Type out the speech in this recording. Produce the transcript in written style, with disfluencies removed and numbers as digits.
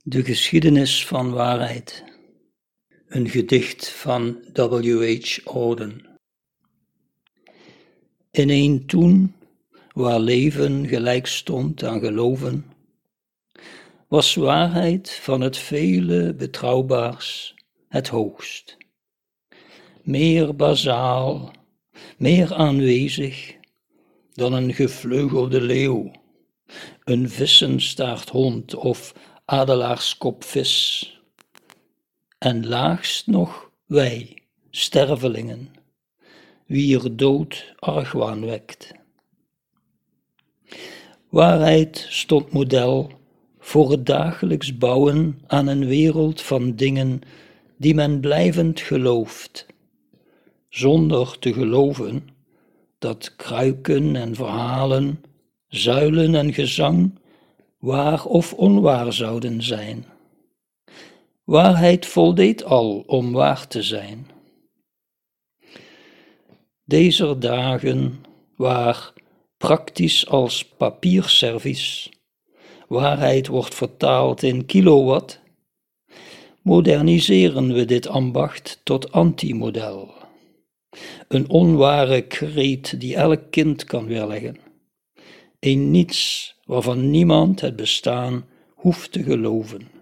De geschiedenis van waarheid. Een gedicht van W.H. Auden. In een toen, waar leven gelijk stond aan geloven, was waarheid van het vele betrouwbaars het hoogst. Meer bazaal, meer aanwezig dan een gevleugelde leeuw, een vissenstaarthond of adelaarskopvis. En laagst nog wij, stervelingen, wier dood argwaan wekt. Waarheid stond model voor het dagelijks bouwen aan een wereld van dingen die men blijvend gelooft, zonder te geloven dat kruiken en verhalen, zuilen en gezang waar of onwaar zouden zijn. Waarheid voldeed al om waar te zijn. Dezer dagen, waar, praktisch als papierservies, waarheid wordt vertaald in kilowatt, moderniseren we dit ambacht tot antimodel. Een onware kreet die elk kind kan weerleggen. Een niets waarvan niemand het bestaan hoeft te geloven.